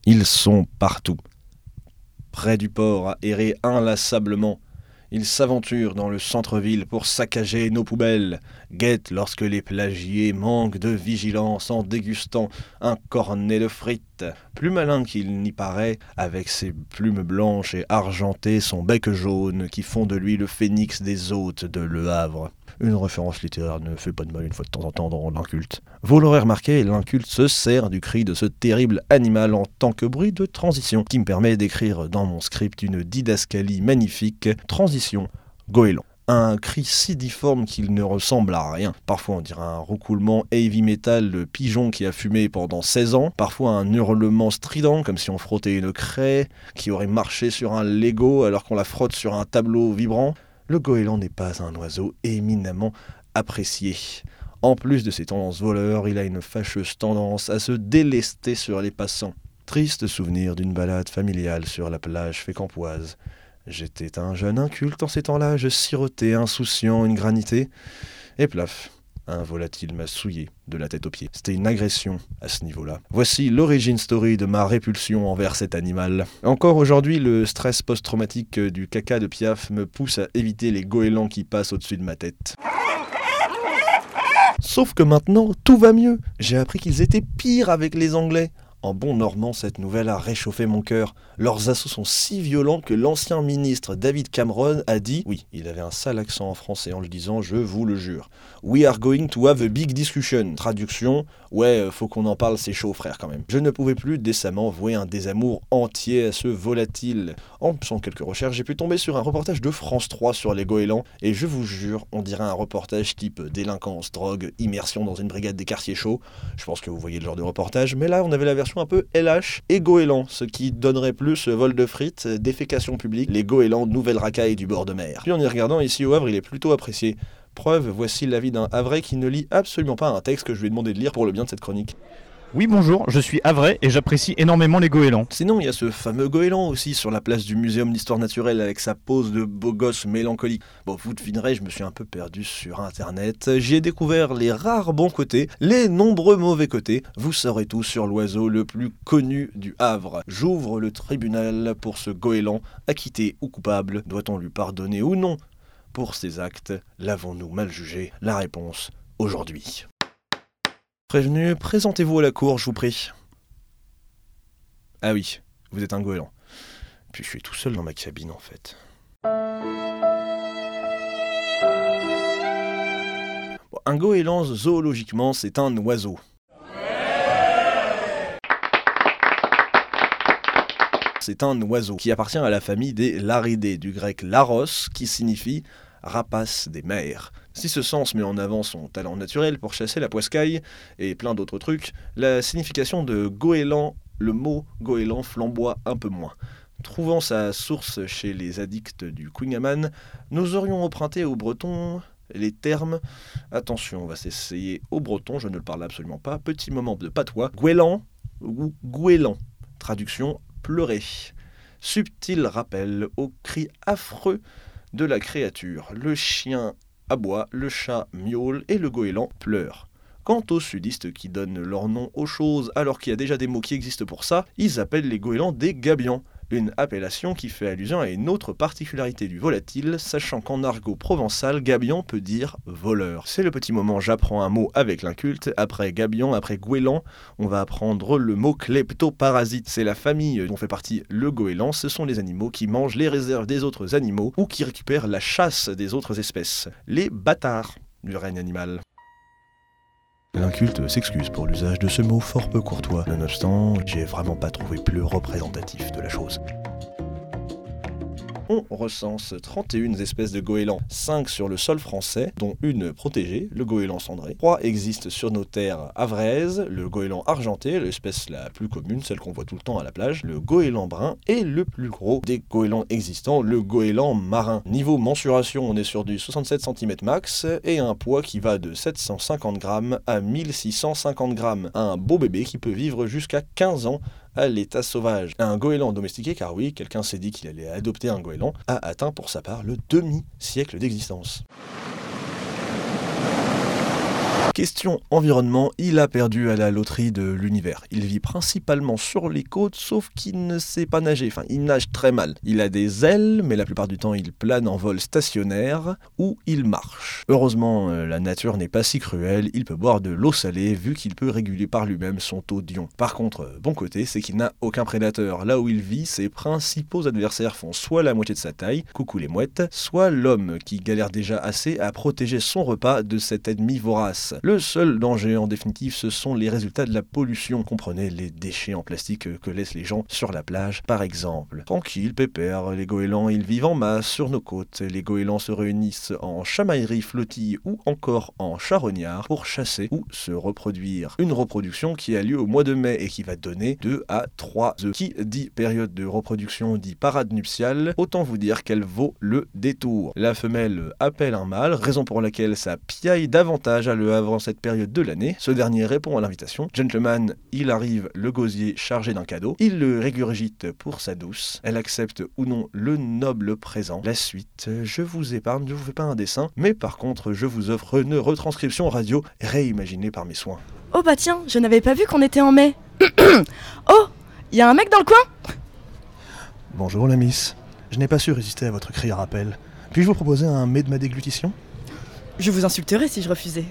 Ils sont partout. Près du port, à errer inlassablement. Ils s'aventurent dans le centre-ville pour saccager nos poubelles, guettent lorsque les plagiers manquent de vigilance en dégustant un cornet de frites. Plus malin qu'il n'y paraît, avec ses plumes blanches et argentées, son bec jaune qui font de lui le phénix des hôtes de Le Havre. Une référence littéraire ne fait pas de mal une fois de temps en temps dans l'Inculte. Vous l'aurez remarqué, l'Inculte se sert du cri de ce terrible animal en tant que bruit de transition, qui me permet d'écrire dans mon script une didascalie magnifique. Transition, goéland. Un cri si difforme qu'il ne ressemble à rien. Parfois on dirait un roucoulement heavy metal de pigeon qui a fumé pendant 16 ans, parfois un hurlement strident comme si on frottait une craie qui aurait marché sur un Lego alors qu'on la frotte sur un tableau vibrant. Le goéland n'est pas un oiseau éminemment apprécié. En plus de ses tendances voleurs, il a une fâcheuse tendance à se délester sur les passants. Triste souvenir d'une balade familiale sur la plage fécampoise. J'étais un jeune inculte en ces temps-là, je sirotais insouciant une granité, et plaf, un volatile m'a souillé de la tête aux pieds. C'était une agression à ce niveau-là. Voici l'origin story de ma répulsion envers cet animal. Encore aujourd'hui, le stress post-traumatique du caca de Piaf me pousse à éviter les goélands qui passent au-dessus de ma tête. Sauf que maintenant, tout va mieux. J'ai appris qu'ils étaient pires avec les Anglais. En bon normand, cette nouvelle a réchauffé mon cœur. Leurs assauts sont si violents que l'ancien ministre David Cameron a dit, oui, il avait un sale accent en français en le disant, je vous le jure. We are going to have a big discussion. Traduction, ouais, faut qu'on en parle, c'est chaud frère quand même. Je ne pouvais plus décemment vouer un désamour entier à ce volatile. En faisant quelques recherches, j'ai pu tomber sur un reportage de France 3 sur les goélands, et je vous jure, on dirait un reportage type délinquance, drogue, immersion dans une brigade des quartiers chauds. Je pense que vous voyez le genre de reportage, mais là on avait la version un peu LH et goéland, ce qui donnerait plus vol de frites, défécation publique, les goélands, nouvelle racaille du bord de mer. Puis en y regardant, ici au Havre, il est plutôt apprécié. Preuve, voici l'avis d'un Havrais qui ne lit absolument pas un texte que je lui ai demandé de lire pour le bien de cette chronique. Oui bonjour, je suis Havrais et j'apprécie énormément les goélands. Sinon, il y a ce fameux goéland aussi sur la place du Muséum d'Histoire Naturelle avec sa pose de beau gosse mélancolique. Bon, vous devinerez, je me suis un peu perdu sur internet. J'y ai découvert les rares bons côtés, les nombreux mauvais côtés. Vous saurez tout sur l'oiseau le plus connu du Havre. J'ouvre le tribunal pour ce goéland, acquitté ou coupable. Doit-on lui pardonner ou non pour ses actes? L'avons-nous mal jugé? La réponse, aujourd'hui. Prévenu, présentez-vous à la cour, je vous prie. Ah oui, vous êtes un goéland. Puis je suis tout seul dans ma cabine en fait. Bon, un goéland, zoologiquement, c'est un oiseau. C'est un oiseau qui appartient à la famille des Laridés, du grec laros, qui signifie rapace des mers. Si ce sens met en avant son talent naturel pour chasser la poiscaille et plein d'autres trucs, la signification de goéland, le mot goéland flamboie un peu moins. Trouvant sa source chez les addicts du Quingaman, nous aurions emprunté au breton les termes, attention on va s'essayer au breton, je ne le parle absolument pas, petit moment de patois, goéland ou goéland, traduction pleurer. Subtil rappel au cri affreux de la créature, le chien aboie, le chat miaule et le goéland pleure. Quant aux sudistes qui donnent leur nom aux choses alors qu'il y a déjà des mots qui existent pour ça, ils appellent les goélands des gabians, une appellation qui fait allusion à une autre particularité du volatile, sachant qu'en argot provençal, gabian peut dire voleur. C'est le petit moment j'apprends un mot avec l'inculte, après gabian, après goéland, on va apprendre le mot kleptoparasite. C'est la famille dont fait partie le goéland, ce sont les animaux qui mangent les réserves des autres animaux ou qui récupèrent la chasse des autres espèces. Les bâtards du règne animal. L'inculte s'excuse pour l'usage de ce mot fort peu courtois. Nonobstant, j'ai vraiment pas trouvé plus représentatif de la chose. On recense 31 espèces de goélands, 5 sur le sol français, dont une protégée, le goéland cendré. 3 existent sur nos terres havraises, le goéland argenté, l'espèce la plus commune, celle qu'on voit tout le temps à la plage, le goéland brun et le plus gros des goélands existants, le goéland marin. Niveau mensuration, on est sur du 67 cm max et un poids qui va de 750 grammes à 1650 grammes. Un beau bébé qui peut vivre jusqu'à 15 ans à l'état sauvage. Un goéland domestiqué, car oui, quelqu'un s'est dit qu'il allait adopter un goéland, a atteint pour sa part le demi-siècle d'existence. Question environnement, il a perdu à la loterie de l'univers. Il vit principalement sur les côtes, sauf qu'il ne sait pas nager. Enfin, il nage très mal. Il a des ailes, mais la plupart du temps, il plane en vol stationnaire ou il marche. Heureusement, la nature n'est pas si cruelle. Il peut boire de l'eau salée, vu qu'il peut réguler par lui-même son taux d'ion. Par contre, bon côté, c'est qu'il n'a aucun prédateur. Là où il vit, ses principaux adversaires font soit la moitié de sa taille, coucou les mouettes, soit l'homme qui galère déjà assez à protéger son repas de cet ennemi vorace. Le seul danger en définitive, ce sont les résultats de la pollution. Comprenez les déchets en plastique que laissent les gens sur la plage, par exemple. Tranquille, pépère, les goélands, ils vivent en masse sur nos côtes. Les goélands se réunissent en chamaillerie, flottille ou encore en charognard pour chasser ou se reproduire. Une reproduction qui a lieu au mois de mai et qui va donner 2 à 3 œufs. Qui dit période de reproduction dit parade nuptiale, autant vous dire qu'elle vaut le détour. La femelle appelle un mâle, raison pour laquelle ça piaille davantage à Le Havre en cette période de l'année. Ce dernier répond à l'invitation. Gentleman, il arrive le gosier chargé d'un cadeau. Il le régurgite pour sa douce. Elle accepte ou non le noble présent. La suite, je vous épargne, je vous fais pas un dessin, mais par contre, je vous offre une retranscription radio réimaginée par mes soins. Oh bah tiens, je n'avais pas vu qu'on était en mai. Oh, y a un mec dans le coin? Bonjour la miss. Je n'ai pas su résister à votre cri à rappel. Puis-je vous proposer un mets de ma déglutition? Je vous insulterais si je refusais.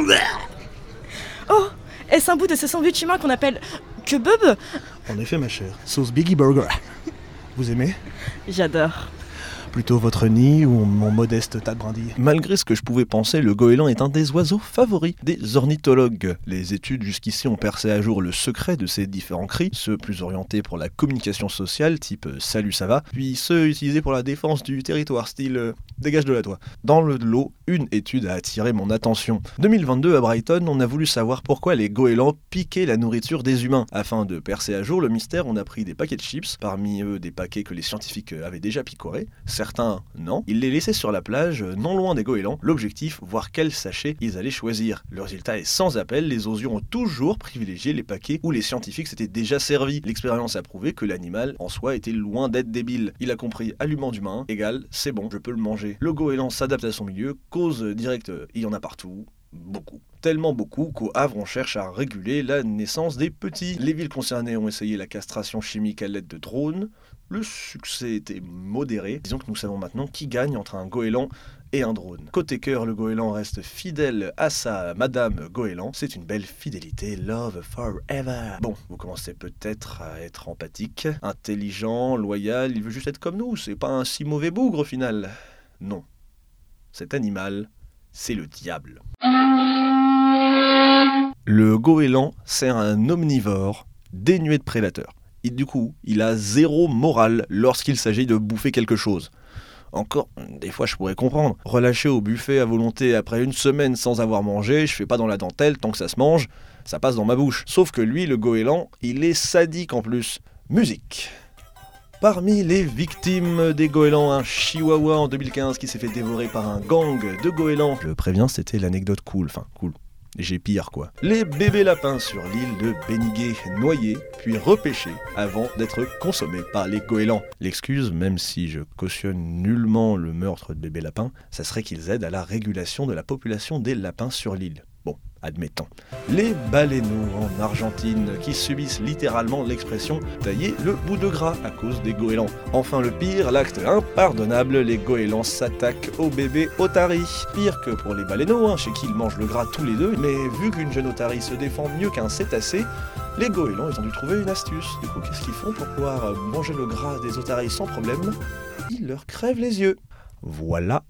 Oh, est-ce un bout de ce sandwich humain qu'on appelle kebab? En effet ma chère, sauce Biggie Burger. Vous aimez? J'adore. Plutôt votre nid ou mon modeste tas de brindilles? Malgré ce que je pouvais penser, le goéland est un des oiseaux favoris des ornithologues. Les études jusqu'ici ont percé à jour le secret de ces différents cris, ceux plus orientés pour la communication sociale, type « salut ça va », puis ceux utilisés pour la défense du territoire, style « dégage de là toi ». Dans le lot, une étude a attiré mon attention. 2022 à Brighton, on a voulu savoir pourquoi les goélands piquaient la nourriture des humains. Afin de percer à jour le mystère, on a pris des paquets de chips, parmi eux des paquets que les scientifiques avaient déjà picorés. Certains, non. Ils les laissaient sur la plage, non loin des goélands. L'objectif, voir quels sachets ils allaient choisir. Le résultat est sans appel, les osiers ont toujours privilégié les paquets où les scientifiques s'étaient déjà servis. L'expérience a prouvé que l'animal, en soi, était loin d'être débile. Il a compris aliment d'humain, égale, c'est bon, je peux le manger. Le goéland s'adapte à son milieu, cause directe, il y en a partout. Beaucoup. Tellement beaucoup qu'au Havre on cherche à réguler la naissance des petits. Les villes concernées ont essayé la castration chimique à l'aide de drones. Le succès était modéré. Disons que nous savons maintenant qui gagne entre un goéland et un drone. Côté cœur, le goéland reste fidèle à sa madame goéland. C'est une belle fidélité, love forever. Bon, vous commencez peut-être à être empathique, intelligent, loyal, il veut juste être comme nous, c'est pas un si mauvais bougre au final. Non. Cet animal, c'est le diable. Le goéland, c'est un omnivore dénué de prédateurs. Et du coup, il a zéro morale lorsqu'il s'agit de bouffer quelque chose. Encore, des fois je pourrais comprendre. Relâché au buffet à volonté après une semaine sans avoir mangé, je fais pas dans la dentelle, tant que ça se mange, ça passe dans ma bouche. Sauf que lui, le goéland, il est sadique en plus. Musique. Parmi les victimes des goélands, un chihuahua en 2015 qui s'est fait dévorer par un gang de goélands. Je préviens, c'était l'anecdote cool, enfin cool. J'ai pire quoi. Les bébés lapins sur l'île de Beniguet, noyés, puis repêchés avant d'être consommés par les goélands. L'excuse, même si je cautionne nullement le meurtre de bébés lapins, ça serait qu'ils aident à la régulation de la population des lapins sur l'île. Bon, admettons. Les baleineaux en Argentine qui subissent littéralement l'expression « tailler le bout de gras » à cause des goélands. Enfin le pire, l'acte impardonnable, les goélands s'attaquent aux bébés otaries. Pire que pour les baleineaux, chez qui ils mangent le gras tous les deux, mais vu qu'une jeune otarie se défend mieux qu'un cétacé, les goélands ils ont dû trouver une astuce. Du coup, qu'est-ce qu'ils font pour pouvoir manger le gras des otaries sans problème? Ils leur crèvent les yeux. Voilà.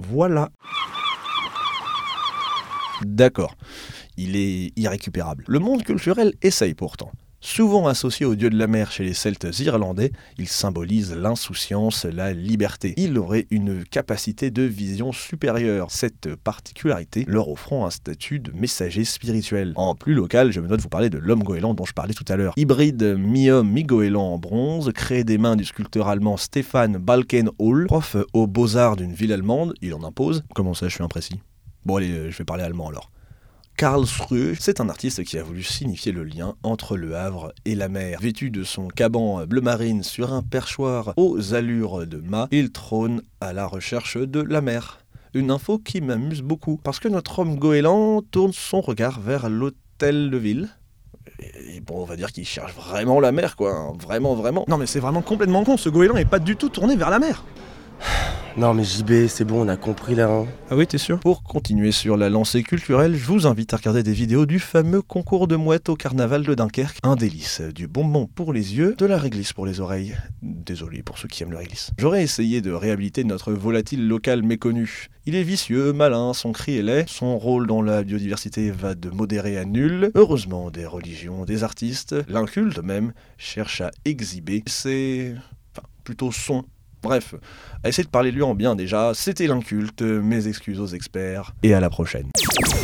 D'accord, il est irrécupérable. Le monde culturel essaye pourtant. Souvent associé au dieu de la mer chez les Celtes irlandais, il symbolise l'insouciance, la liberté. Il aurait une capacité de vision supérieure, cette particularité leur offrant un statut de messager spirituel. En plus local, je me note de vous parler de l'homme goéland dont je parlais tout à l'heure. Hybride mi-homme, mi-goéland en bronze, créé des mains du sculpteur allemand Stefan Balkenhol, prof aux beaux-arts d'une ville allemande, il en impose. Comment ça, je suis imprécis? Bon allez, je vais parler allemand alors. Karlsruhe, c'est un artiste qui a voulu signifier le lien entre le Havre et la mer. Vêtu de son caban bleu marine sur un perchoir aux allures de mât, il trône à la recherche de la mer. Une info qui m'amuse beaucoup, parce que notre homme goéland tourne son regard vers l'hôtel de ville. Et bon, on va dire qu'il cherche vraiment la mer, quoi. Hein. Vraiment, vraiment. Non mais c'est vraiment complètement con, ce goéland est pas du tout tourné vers la mer. Non mais JB, c'est bon, on a compris là. Hein. Ah oui, t'es sûr? Pour continuer sur la lancée culturelle, je vous invite à regarder des vidéos du fameux concours de mouettes au carnaval de Dunkerque. Un délice, du bonbon pour les yeux, de la réglisse pour les oreilles. Désolé pour ceux qui aiment le réglisse. J'aurais essayé de réhabiliter notre volatile local méconnu. Il est vicieux, malin, son cri est laid, son rôle dans la biodiversité va de modéré à nul. Heureusement, des religions, des artistes, l'inculte même, cherchent à exhiber plutôt son. Bref, à essayer de parler de lui en bien déjà, c'était l'inculte, mes excuses aux experts, et à la prochaine.